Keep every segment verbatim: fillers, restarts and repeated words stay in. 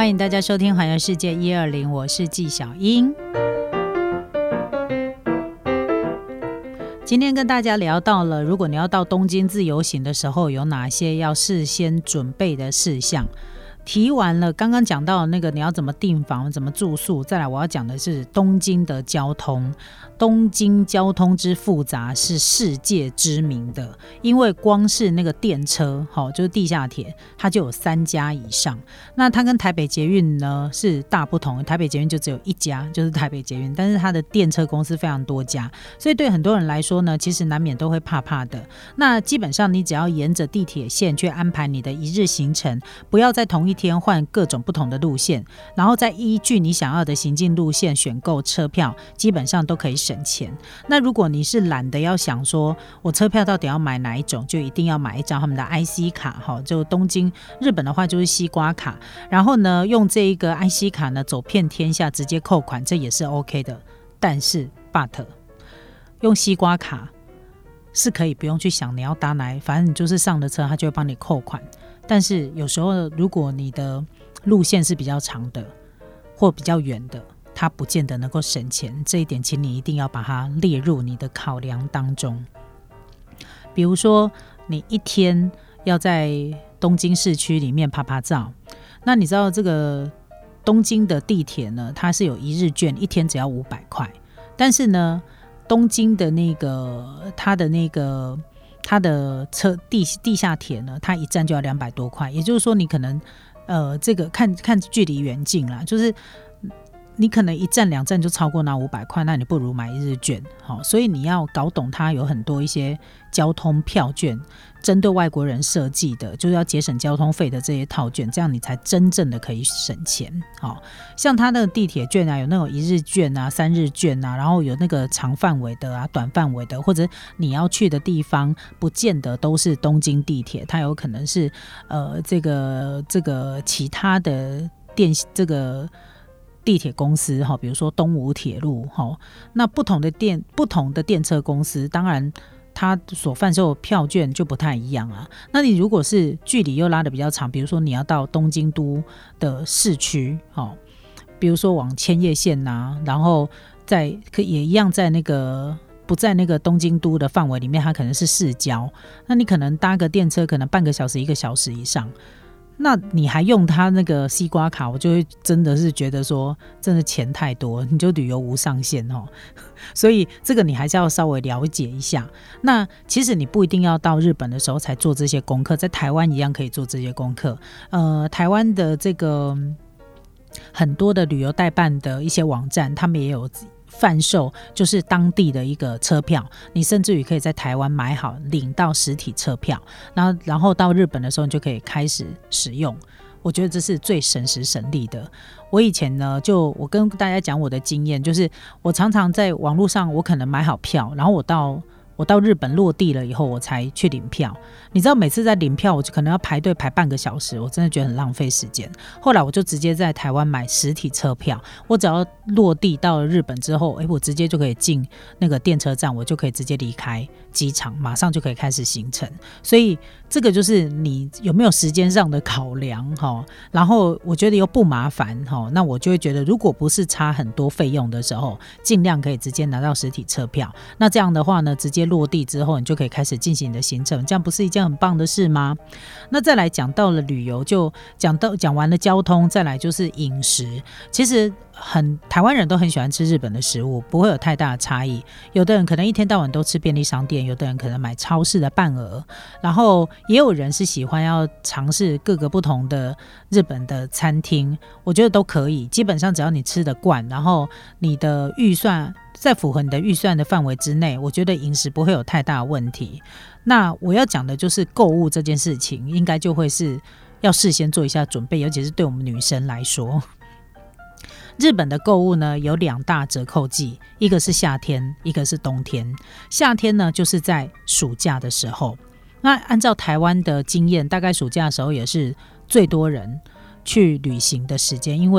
欢迎大家收听环游世界一二零，我是纪晓英。今天跟大家聊到了，如果你要到东京自由行的时候，有哪些要事先准备的事项。提完了刚刚讲到那个你要怎么订房怎么住宿，再来我要讲的是东京的交通。东京交通之复杂是世界知名的，因为光是那个电车、哦、就是地下铁它就有三家以上。那它跟台北捷运呢是大不同，台北捷运就只有一家，就是台北捷运，但是它的电车公司非常多家，所以对很多人来说呢，其实难免都会怕怕的。那基本上你只要沿着地铁线去安排你的一日行程，不要在同一天换各种不同的路线，然后再依据你想要的行进路线选购车票，基本上都可以省钱。那如果你是懒得要想说我车票到底要买哪一种，就一定要买一张他们的 I C 卡，就东京日本的话就是西瓜卡，然后呢用这一个 I C 卡呢走遍天下直接扣款，这也是 OK 的。但是 but 用西瓜卡是可以不用去想你要搭哪，反正你就是上了车他就会帮你扣款。但是有时候如果你的路线是比较长的或比较远的，它不见得能够省钱，这一点请你一定要把它列入你的考量当中。比如说你一天要在东京市区里面拍拍照，那你知道这个东京的地铁呢，它是有一日券，一天只要五百块，但是呢东京的那个它的那个它的车 地, 地下铁呢，它一站就要两百多块，也就是说你可能呃这个看看距离远近啦，就是你可能一站两站就超过那五百块，那你不如买一日券、哦、所以你要搞懂它有很多一些交通票券针对外国人设计的，就是要节省交通费的这些套券，这样你才真正的可以省钱、哦、像它那个地铁券啊，有那种一日券啊三日券啊，然后有那个长范围的啊短范围的，或者你要去的地方不见得都是东京地铁，它有可能是呃这个这个其他的电这个地铁公司，比如说东武铁路，那不同的电不同的电车公司，当然它所贩售的票券就不太一样啊。那你如果是距离又拉得比较长，比如说你要到东京都的市区，比如说往千叶县啊，然后在也一样在那个不在那个东京都的范围里面，它可能是市郊，那你可能搭个电车可能半个小时一个小时以上，那你还用他那个西瓜卡，我就会真的是觉得说真的钱太多，你就旅游无上限哦。所以这个你还是要稍微了解一下。那其实你不一定要到日本的时候才做这些功课，在台湾一样可以做这些功课。呃，台湾的这个很多的旅游代办的一些网站，他们也有贩售就是当地的一个车票，你甚至于可以在台湾买好领到实体车票，然后然后到日本的时候你就可以开始使用。我觉得这是最省时省力的。我以前呢，就我跟大家讲我的经验，就是我常常在网络上我可能买好票，然后我到我到日本落地了以后我才去领票，你知道每次在领票我就可能要排队排半个小时，我真的觉得很浪费时间。后来我就直接在台湾买实体车票，我只要落地到了日本之后，我直接就可以进那个电车站，我就可以直接离开机场，马上就可以开始行程。所以这个就是你有没有时间上的考量，然后我觉得又不麻烦，那我就会觉得如果不是差很多费用的时候，尽量可以直接拿到实体车票。那这样的话呢，直接落地之后你就可以开始进行你的行程，这样不是一件很棒的事吗？那再来讲到了旅游，就讲到讲完了交通，再来就是饮食。其实很台湾人都很喜欢吃日本的食物，不会有太大的差异。有的人可能一天到晚都吃便利商店，有的人可能买超市的半额，然后也有人是喜欢要尝试各个不同的日本的餐厅，我觉得都可以。基本上只要你吃得惯，然后你的预算在符合你的预算的范围之内，我觉得饮食不会有太大的问题。那我要讲的就是购物这件事情，应该就会是要事先做一下准备，尤其是对我们女生来说。日本的购物呢有两大折扣季，一个是夏天，一个是冬天。夏天呢就是在暑假的时候，那按照台湾的经验，大概暑假的时候也是最多人去旅行的时间，因为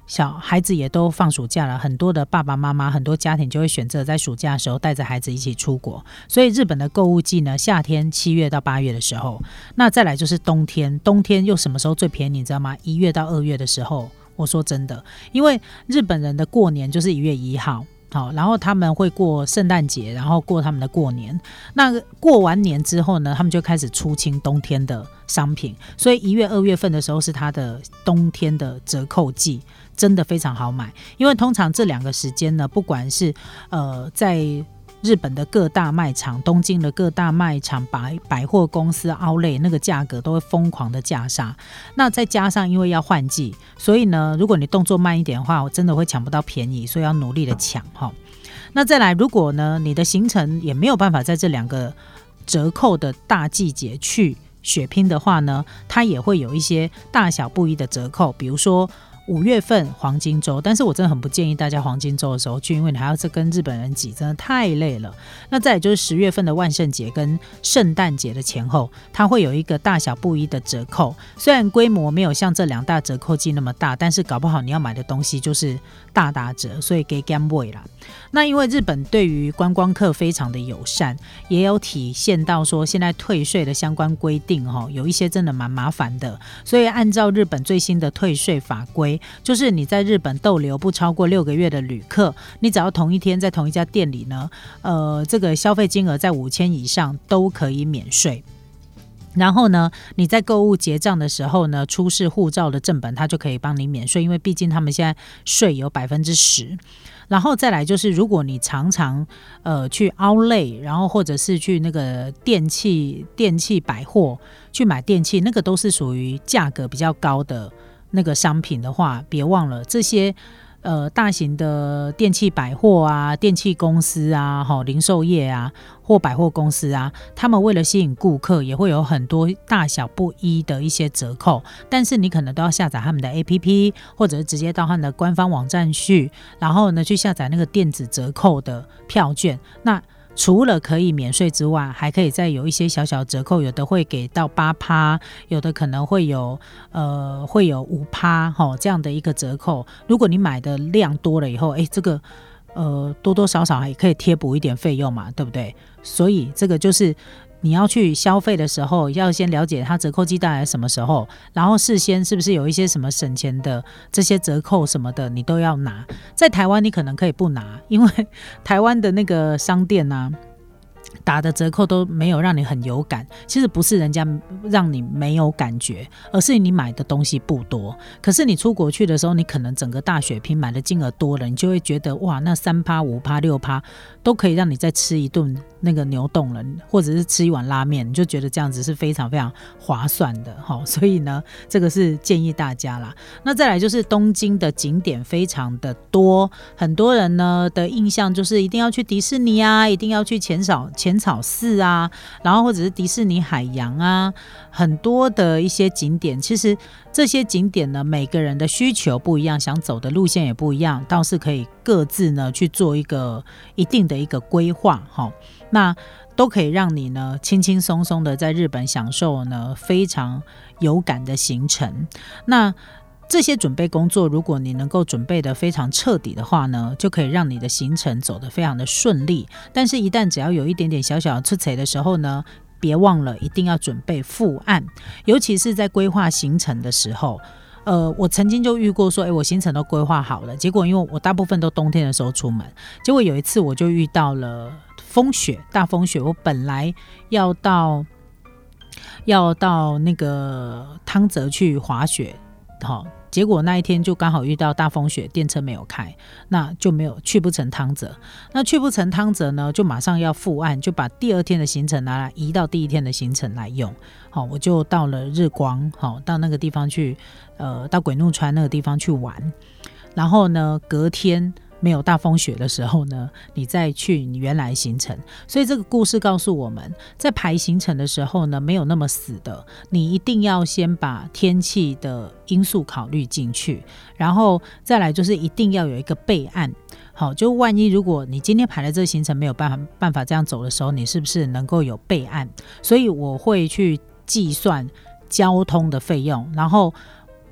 小孩子也都放暑假了，很多的爸爸妈妈很多家庭就会选择在暑假的时候带着孩子一起出国，所以日本的购物季呢，夏天七月到八月的时候，那再来就是冬天，冬天又什么时候最便宜你知道吗？一月到二月的时候。我说真的，因为日本人的过年就是一月一号，好，然后他们会过圣诞节，然后过他们的过年。那过完年之后呢，他们就开始出清冬天的商品，所以一月、二月份的时候是他的冬天的折扣季，真的非常好买。因为通常这两个时间呢，不管是呃在日本的各大卖场、东京的各大卖场、百百货公司、outlet 那个价格都会疯狂的价杀。那再加上因为要换季，所以呢，如果你动作慢一点的话，我真的会抢不到便宜，所以要努力的抢哈。那再来，如果呢你的行程也没有办法在这两个折扣的大季节去血拼的话呢，它也会有一些大小不一的折扣，比如说。五月份黄金周，但是我真的很不建议大家黄金周的时候去，因为你还要跟日本人挤，真的太累了。那再来就是十月份的万圣节跟圣诞节的前后，它会有一个大小不一的折扣，虽然规模没有像这两大折扣季那么大，但是搞不好你要买的东西就是大打折，所以给 gamble 啦。那因为日本对于观光客非常的友善，也有体现到说现在退税的相关规定、哦、有一些真的蛮麻烦的，所以按照日本最新的退税法规，就是你在日本逗留不超过六个月的旅客，你只要同一天在同一家店里呢，呃，这个消费金额在五千以上都可以免税。然后呢，你在购物结账的时候呢，出示护照的正本，它就可以帮你免税，因为毕竟他们现在税有百分之十。然后再来就是，如果你常常呃去 outlet， 然后或者是去那个电器电器百货去买电器，那个都是属于价格比较高的那个商品的话，别忘了这些。呃，大型的电器百货啊、电器公司啊、齁零售业啊或百货公司啊，他们为了吸引顾客，也会有很多大小不一的一些折扣。但是你可能都要下载他们的 A P P， 或者是直接到他们的官方网站去，然后呢去下载那个电子折扣的票券。那除了可以免税之外，还可以再有一些小小折扣，有的会给到 百分之八， 有的可能会有呃会有 百分之五、哦、这样的一个折扣。如果你买的量多了以后，诶这个呃多多少少也可以贴补一点费用嘛，对不对？所以这个就是你要去消费的时候，要先了解它折扣季带来什么时候，然后事先是不是有一些什么省钱的这些折扣什么的，你都要拿。在台湾你可能可以不拿，因为台湾的那个商店啊打的折扣都没有让你很有感，其实不是人家让你没有感觉，而是你买的东西不多。可是你出国去的时候，你可能整个大血拼买的金额多了，你就会觉得哇，那 百分之三、百分之五、百分之六都可以让你再吃一顿那个牛冻了，或者是吃一碗拉面，你就觉得这样子是非常非常划算的、哦、所以呢这个是建议大家啦。那再来就是东京的景点非常的多，很多人呢的印象就是一定要去迪士尼啊，一定要去浅草浅草寺啊，然后或者是迪士尼海洋啊，很多的一些景点。其实这些景点呢，每个人的需求不一样，想走的路线也不一样，倒是可以各自呢去做一个一定的一个规划、哦、那都可以让你呢轻轻松松的在日本享受呢非常有感的行程。那这些准备工作，如果你能够准备的非常彻底的话呢，就可以让你的行程走得非常的顺利。但是一旦只要有一点点小小的出错的时候呢，别忘了一定要准备副案，尤其是在规划行程的时候。呃，我曾经就遇过说，哎，我行程都规划好了，结果因为我大部分都冬天的时候出门，结果有一次我就遇到了风雪，大风雪。我本来要到要到那个汤泽去滑雪，好，结果那一天就刚好遇到大风雪，电车没有开，那就没有去不成汤泽。那去不成汤泽呢，就马上要复案，就把第二天的行程拿来移到第一天的行程来用。好，我就到了日光，好，到那个地方去，呃，到鬼怒川那个地方去玩。然后呢，隔天没有大风雪的时候呢，你再去你原来行程。所以这个故事告诉我们，在排行程的时候呢，没有那么死的，你一定要先把天气的因素考虑进去，然后再来就是一定要有一个备案。好，就万一如果你今天排的这个行程没有办法办法这样走的时候，你是不是能够有备案？所以我会去计算交通的费用，然后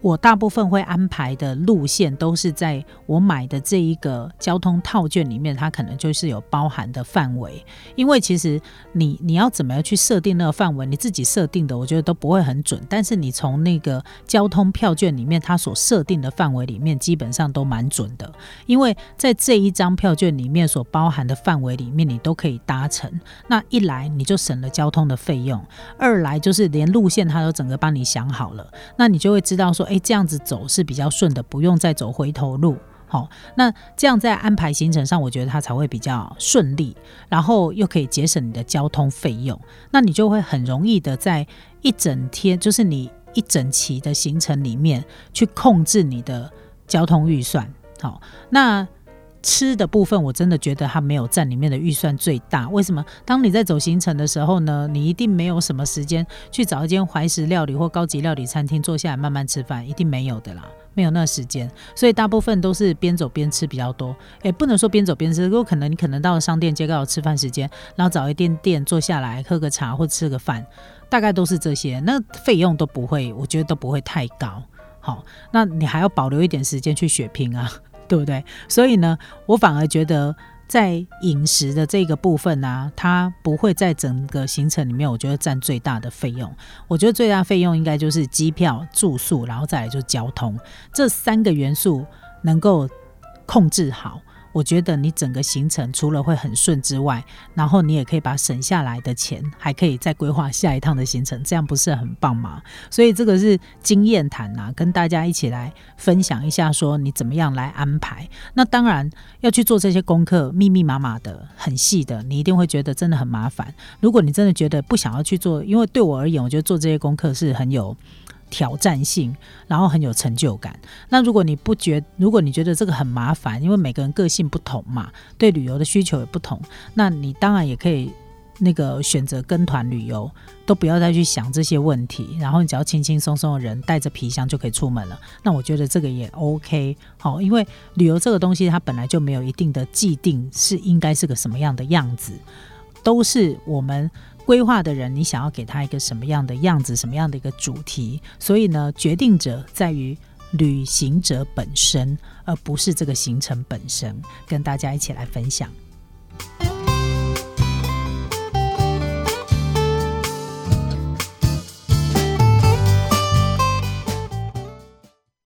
我大部分会安排的路线都是在我买的这一个交通套券里面，它可能就是有包含的范围。因为其实你你要怎么样去设定那个范围，你自己设定的我觉得都不会很准，但是你从那个交通票券里面它所设定的范围里面基本上都蛮准的，因为在这一张票券里面所包含的范围里面你都可以搭乘。那一来你就省了交通的费用，二来就是连路线它都整个帮你想好了，那你就会知道说哎，这样子走是比较顺的，不用再走回头路。好，那这样在安排行程上我觉得它才会比较顺利，然后又可以节省你的交通费用，那你就会很容易的在一整天，就是你一整期的行程里面去控制你的交通预算。好，那吃的部分我真的觉得它没有占里面的预算最大。为什么？当你在走行程的时候呢，你一定没有什么时间去找一间怀石料理或高级料理餐厅坐下来慢慢吃饭，一定没有的啦，没有那个时间，所以大部分都是边走边吃比较多。也不能说边走边吃，有可能你可能到了商店街刚好吃饭时间，然后找一间店坐下来喝个茶或吃个饭，大概都是这些，那费用都不会，我觉得都不会太高。好，那你还要保留一点时间去血拼啊，对不对？所以呢，我反而觉得在饮食的这个部分啊，它不会在整个行程里面我觉得占最大的费用。我觉得最大的费用应该就是机票、住宿，然后再来就是交通，这三个元素能够控制好，我觉得你整个行程除了会很顺之外，然后你也可以把省下来的钱还可以再规划下一趟的行程，这样不是很棒吗？所以这个是经验谈啊，跟大家一起来分享一下说你怎么样来安排。那当然要去做这些功课，密密麻麻的很细的，你一定会觉得真的很麻烦。如果你真的觉得不想要去做，因为对我而言我觉得做这些功课是很有挑战性，然后很有成就感。那如果你不觉如果你觉得这个很麻烦，因为每个人个性不同嘛，对旅游的需求也不同，那你当然也可以那个选择跟团旅游，都不要再去想这些问题，然后你只要轻轻松松的人带着皮箱就可以出门了，那我觉得这个也 OK。 好，因为旅游这个东西它本来就没有一定的既定是应该是个什么样的样子，都是我们规划的人你想要给他一个什么样的样子，什么样的一个主题，所以呢决定者在于旅行者本身，而不是这个行程本身，跟大家一起来分享。